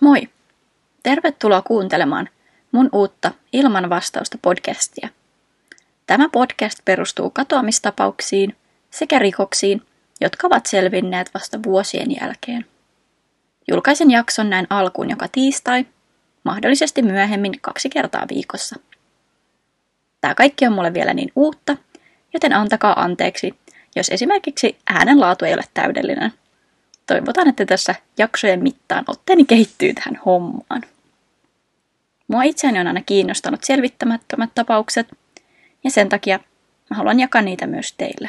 Moi! Tervetuloa kuuntelemaan mun uutta Ilman vastausta podcastia. Tämä podcast perustuu katoamistapauksiin sekä rikoksiin, jotka ovat selvinneet vasta vuosien jälkeen. Julkaisen jakson näin alkuun joka tiistai, mahdollisesti myöhemmin 2 kertaa viikossa. Tämä kaikki on mulle vielä niin uutta, joten antakaa anteeksi, jos esimerkiksi äänenlaatu ei ole täydellinen. Toivotaan, että tässä jaksojen mittaan otteeni kehittyy tähän hommaan. Mua itseäni on aina kiinnostanut selvittämättömät tapaukset, ja sen takia mä haluan jakaa niitä myös teille.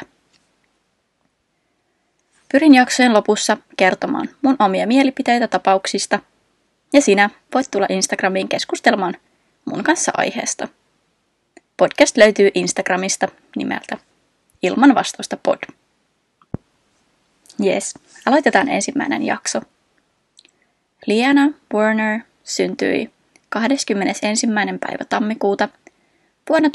Pyrin jaksojen lopussa kertomaan mun omia mielipiteitä tapauksista, ja sinä voit tulla Instagramiin keskustelemaan mun kanssa aiheesta. Podcast löytyy Instagramista nimeltä Ilman vastausta pod. Jes, aloitetaan ensimmäinen jakso. Leanna Werner syntyi 21. päivä tammikuuta vuonna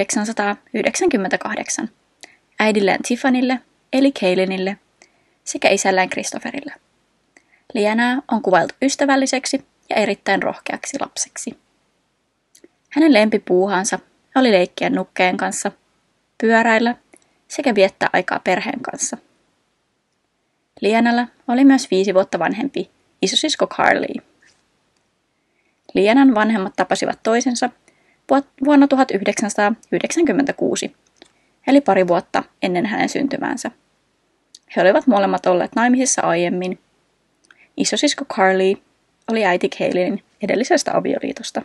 1998 äidillään Tiffanylle eli Kaylinille sekä isällään Christopherille. Leannaa on kuvailtu ystävälliseksi ja erittäin rohkeaksi lapseksi. Hänen lempipuuhansa oli leikkiä nukkeen kanssa, pyöräillä sekä viettää aikaa perheen kanssa. Leannalla oli myös 5 vuotta vanhempi isosisko Carly. Leannan vanhemmat tapasivat toisensa vuonna 1996, eli pari vuotta ennen hänen syntymäänsä. He olivat molemmat olleet naimisissa aiemmin. Isosisko Carly oli äiti Kaylin edellisestä avioliitosta.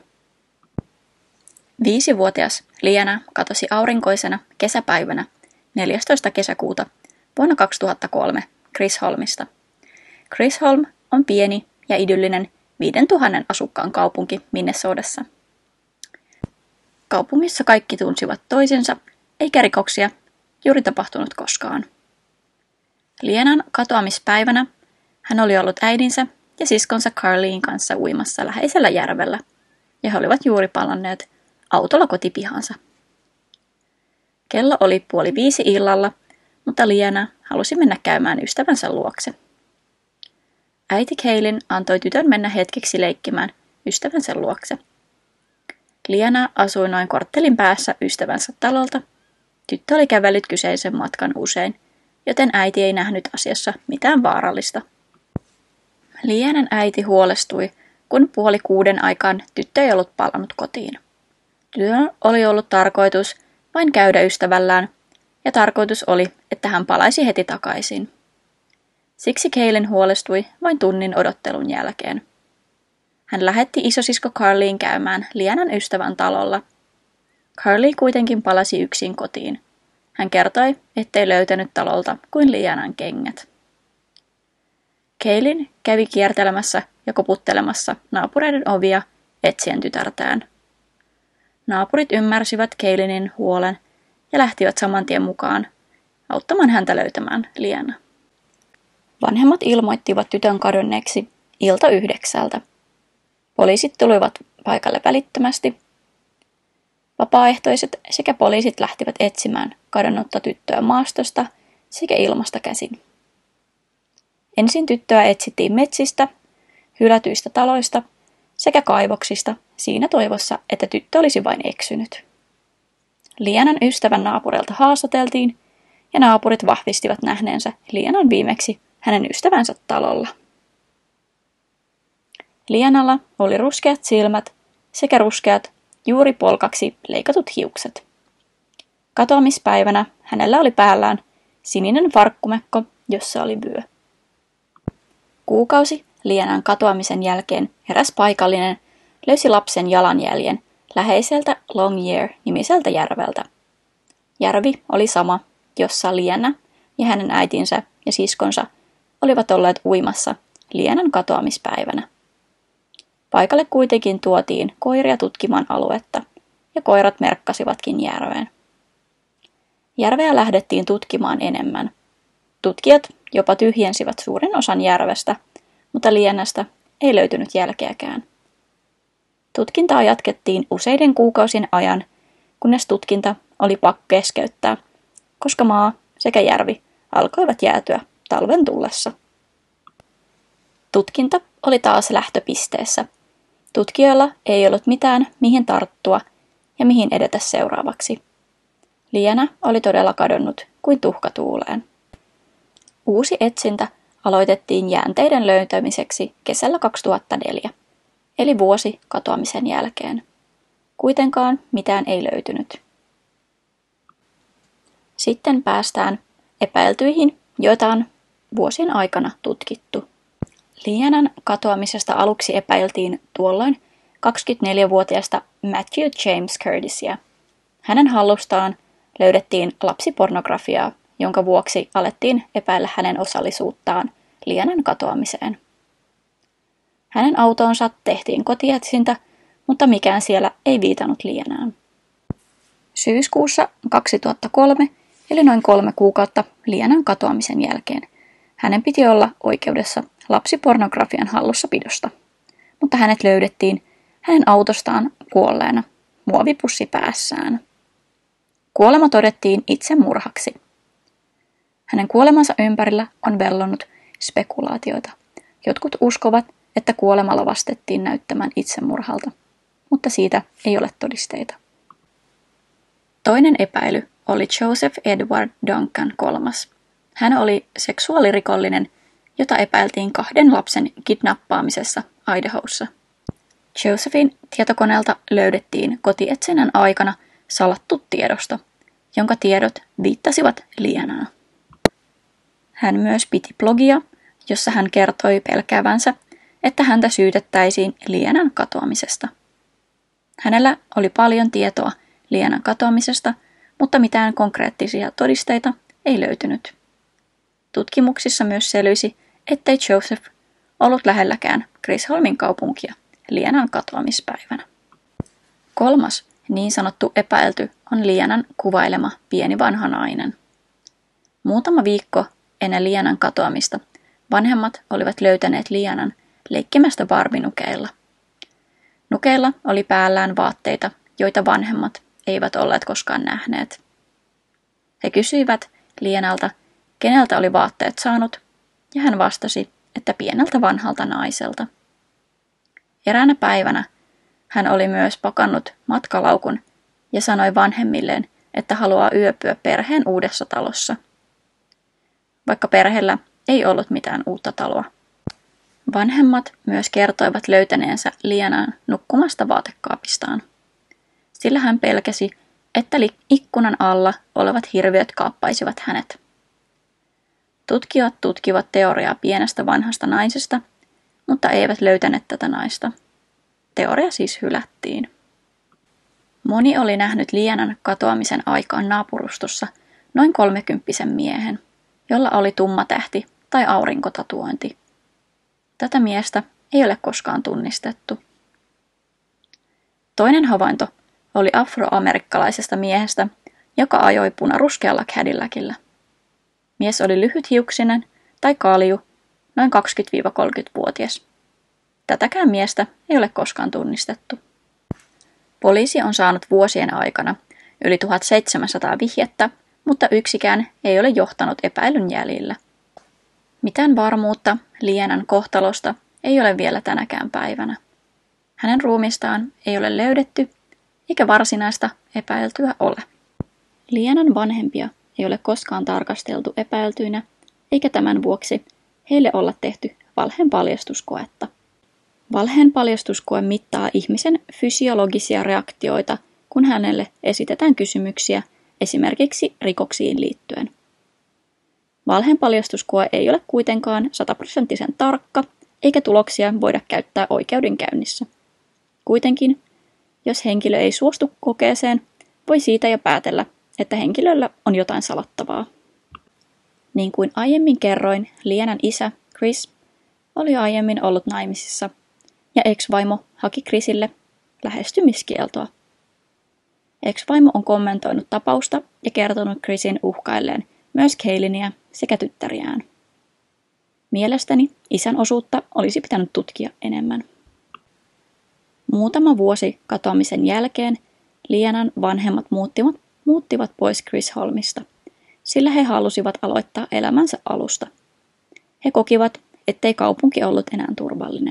5-vuotias Leanna katosi aurinkoisena kesäpäivänä 14. kesäkuuta vuonna 2003 Chisholmista. Chisholm on pieni ja idyllinen 5000 asukkaan kaupunki Minnesotassa. Kaupungissa kaikki tunsivat toisensa, eikä rikoksia juuri tapahtunut koskaan. Leannan katoamispäivänä hän oli ollut äidinsä ja siskonsa Carlyin kanssa uimassa läheisellä järvellä, ja he olivat juuri palanneet autolla kotipihansa. Kello oli 4:30 illalla, mutta Leanna halusi mennä käymään ystävänsä luokse. Äiti Kaylin antoi tytön mennä hetkeksi leikkimään ystävänsä luokse. Leanna asui noin korttelin päässä ystävänsä talolta. Tyttö oli kävellyt kyseisen matkan usein, joten äiti ei nähnyt asiassa mitään vaarallista. Leannan äiti huolestui, kun 5:30 aikaan tyttö ei ollut palannut kotiin. Tytön oli ollut tarkoitus vain käydä ystävällään, ja tarkoitus oli, että hän palaisi heti takaisin. Siksi Kaylin huolestui vain tunnin odottelun jälkeen. Hän lähetti isosisko Carlyin käymään Leannan ystävän talolla. Carly kuitenkin palasi yksin kotiin. Hän kertoi, ettei löytänyt talolta kuin Leannan kengät. Kaylin kävi kiertelemässä ja koputtelemassa naapureiden ovia etsien tytärtään. Naapurit ymmärsivät Kaylynin huolen ja lähtivät saman tien mukaan auttamaan häntä löytämään Leanna. Vanhemmat ilmoittivat tytön kadonneeksi 9:00. Poliisit tulivat paikalle välittömästi. Vapaaehtoiset sekä poliisit lähtivät etsimään kadonnutta tyttöä maastosta sekä ilmasta käsin. Ensin tyttöä etsittiin metsistä, hylätyistä taloista sekä kaivoksista siinä toivossa, että tyttö olisi vain eksynyt. Leannan ystävän naapureilta haastateltiin ja naapurit vahvistivat nähneensä Leannan viimeksi hänen ystävänsä talolla. Leannalla oli ruskeat silmät sekä ruskeat juuri polkaksi leikatut hiukset. Katoamispäivänä hänellä oli päällään sininen farkkumekko, jossa oli vyö. Kuukausi Leannan katoamisen jälkeen eräs paikallinen löysi lapsen jalanjäljen läheiseltä Longyear-nimiseltä järveltä. Järvi oli sama, jossa Leanna ja hänen äitinsä ja siskonsa olivat olleet uimassa Leannan katoamispäivänä. Paikalle kuitenkin tuotiin koiria tutkimaan aluetta, ja koirat merkkasivatkin järveen. Järveä lähdettiin tutkimaan enemmän. Tutkijat jopa tyhjensivät suuren osan järvestä, mutta Leannasta ei löytynyt jälkeäkään. Tutkintaa jatkettiin useiden kuukausien ajan, kunnes tutkinta oli pakko keskeyttää, koska maa sekä järvi alkoivat jäätyä talven tullessa. Tutkinta oli taas lähtöpisteessä. Tutkijoilla ei ollut mitään, mihin tarttua ja mihin edetä seuraavaksi. Liana oli todella kadonnut kuin tuhka tuuleen. Uusi etsintä aloitettiin jäänteiden löytämiseksi kesällä 2004, eli vuosi katoamisen jälkeen. Kuitenkaan mitään ei löytynyt. Sitten päästään epäiltyihin, joita on vuosien aikana tutkittu. Lianan katoamisesta aluksi epäiltiin tuolloin 24-vuotiaasta Matthew James Curtisia. Hänen hallustaan löydettiin lapsipornografiaa, jonka vuoksi alettiin epäillä hänen osallisuuttaan Lianan katoamiseen. Hänen autoonsa tehtiin kotietsintä, mutta mikään siellä ei viitannut Lianaan. Syyskuussa 2003, eli noin 3 kuukautta Lianan katoamisen jälkeen, hänen piti olla oikeudessa lapsipornografian hallussapidosta, mutta hänet löydettiin hänen autostaan kuolleena, muovipussi päässään. Kuolema todettiin itsemurhaksi. Hänen kuolemansa ympärillä on vellonut spekulaatioita. Jotkut uskovat, että kuolema lavastettiin näyttämään itsemurhalta, mutta siitä ei ole todisteita. Toinen epäily oli Joseph Edward Duncan III. Hän oli seksuaalirikollinen, jota epäiltiin 2 lapsen kidnappaamisessa Idahossa. Josephin tietokoneelta löydettiin kotietsinnän aikana salattu tiedosto, jonka tiedot viittasivat Lianaan. Hän myös piti blogia, jossa hän kertoi pelkäävänsä, että häntä syytettäisiin Lianan katoamisesta. Hänellä oli paljon tietoa Lianan katoamisesta, mutta mitään konkreettisia todisteita ei löytynyt. Tutkimuksissa myös selvisi, ettei Joseph ollut lähelläkään Chisholmin kaupunkia Lianan katoamispäivänä. 3. niin sanottu epäilty on Lianan kuvailema pieni vanha nainen. Muutama viikko ennen Lianan katoamista vanhemmat olivat löytäneet Lianan leikkimästä Barbie-nukeilla. Nukeilla oli päällään vaatteita, joita vanhemmat eivät olleet koskaan nähneet. He kysyivät Lianalta, keneltä oli vaatteet saanut, ja hän vastasi, että pieneltä vanhalta naiselta. Eräänä päivänä hän oli myös pakannut matkalaukun ja sanoi vanhemmilleen, että haluaa yöpyä perheen uudessa talossa, vaikka perheellä ei ollut mitään uutta taloa. Vanhemmat myös kertoivat löytäneensä Lianan nukkumasta vaatekaapistaan, sillä hän pelkäsi, että ikkunan alla olevat hirviöt kaappaisivat hänet. Tutkijat tutkivat teoriaa pienestä vanhasta naisesta, mutta eivät löytäneet tätä naista. Teoria siis hylättiin. Moni oli nähnyt Lianan katoamisen aikaan naapurustossa noin 30 miehen, jolla oli tumma tähti tai aurinkotatuointi. Tätä miestä ei ole koskaan tunnistettu. Toinen havainto oli afroamerikkalaisesta miehestä, joka ajoi punaruskealla Cadillacilla. Mies oli lyhythiuksinen tai kalju, noin 20-30-vuotias. Tätäkään miestä ei ole koskaan tunnistettu. Poliisi on saanut vuosien aikana yli 1700 vihjettä, mutta yksikään ei ole johtanut epäilyn jäljillä. Mitään varmuutta Lianan kohtalosta ei ole vielä tänäkään päivänä. Hänen ruumistaan ei ole löydetty, eikä varsinaista epäiltyä ole. Lianan vanhempia ei ole koskaan tarkasteltu epäiltyinä, eikä tämän vuoksi heille olla tehty valheen paljastuskoetta. Valheen paljastuskoe mittaa ihmisen fysiologisia reaktioita, kun hänelle esitetään kysymyksiä esimerkiksi rikoksiin liittyen. Valheen paljastuskoe ei ole kuitenkaan 100% tarkka, eikä tuloksia voida käyttää oikeudenkäynnissä. Kuitenkin, jos henkilö ei suostu kokeeseen, voi siitä jo päätellä, että henkilöllä on jotain salattavaa. Niin kuin aiemmin kerroin, Lianan isä, Chris, oli aiemmin ollut naimisissa, ja ex-vaimo haki Chrisille lähestymiskieltoa. Ex-vaimo on kommentoinut tapausta ja kertonut Chrisin uhkailleen myös Kaylenia sekä tyttäriään. Mielestäni isän osuutta olisi pitänyt tutkia enemmän. Muutama vuosi katoamisen jälkeen Lianan vanhemmat muuttivat pois Chisholmista, sillä he halusivat aloittaa elämänsä alusta. He kokivat, ettei kaupunki ollut enää turvallinen.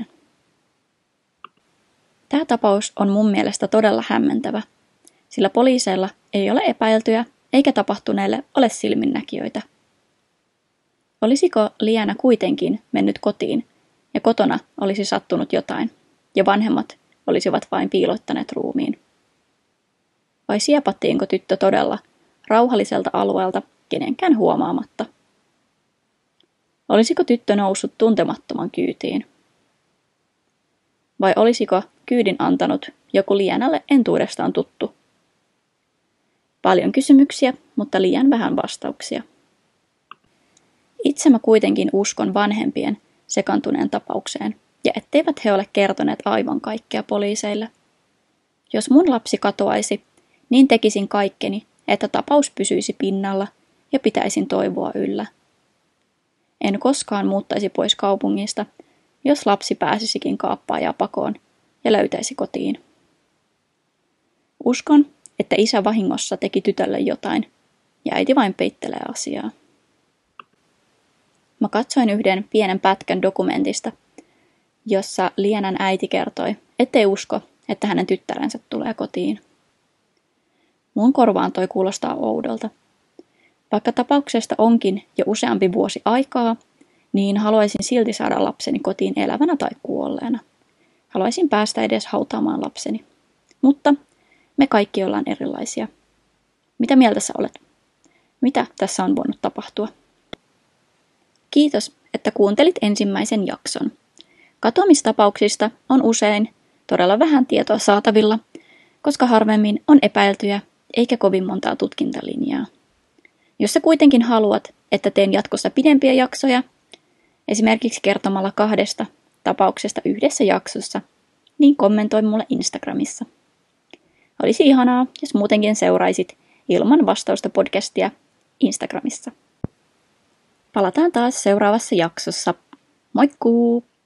Tämä tapaus on mun mielestä todella hämmentävä, sillä poliiseilla ei ole epäiltyjä eikä tapahtuneelle ole silminnäkijöitä. Olisiko Liana kuitenkin mennyt kotiin ja kotona olisi sattunut jotain ja vanhemmat olisivat vain piilottaneet ruumiin? Vai siepattiinko tyttö todella rauhalliselta alueelta kenenkään huomaamatta? Olisiko tyttö noussut tuntemattoman kyytiin? Vai olisiko kyydin antanut joku Lianalle entuudestaan tuttu? Paljon kysymyksiä, mutta liian vähän vastauksia. Itse mä kuitenkin uskon vanhempien sekaantuneen tapaukseen, ja etteivät he ole kertoneet aivan kaikkea poliiseille. Jos mun lapsi katoaisi, niin tekisin kaikkeni, että tapaus pysyisi pinnalla ja pitäisin toivoa yllä. En koskaan muuttaisi pois kaupungista, jos lapsi pääsisikin kaappaajaa pakoon ja löytäisi kotiin. Uskon, että isä vahingossa teki tytölle jotain, ja äiti vain peittelee asiaa. Mä katsoin yhden pienen pätkän dokumentista, jossa Lianan äiti kertoi, ettei usko, että hänen tyttärensä tulee kotiin. Mun korvaan toi kuulostaa oudolta. Vaikka tapauksesta onkin jo useampi vuosi aikaa, niin haluaisin silti saada lapseni kotiin elävänä tai kuolleena. Haluaisin päästä edes hautaamaan lapseni. Mutta me kaikki ollaan erilaisia. Mitä mieltä sä olet? Mitä tässä on voinut tapahtua? Kiitos, että kuuntelit ensimmäisen jakson. Katoamistapauksista on usein todella vähän tietoa saatavilla, koska harvemmin on epäiltyjä eikä kovin montaa tutkintalinjaa. Jos sä kuitenkin haluat, että teen jatkossa pidempiä jaksoja, esimerkiksi kertomalla 2 tapauksesta yhdessä jaksossa, niin kommentoi mulle Instagramissa. Olisi ihanaa, jos muutenkin seuraisit Ilman vastausta podcastia Instagramissa. Palataan taas seuraavassa jaksossa. Moikkuu!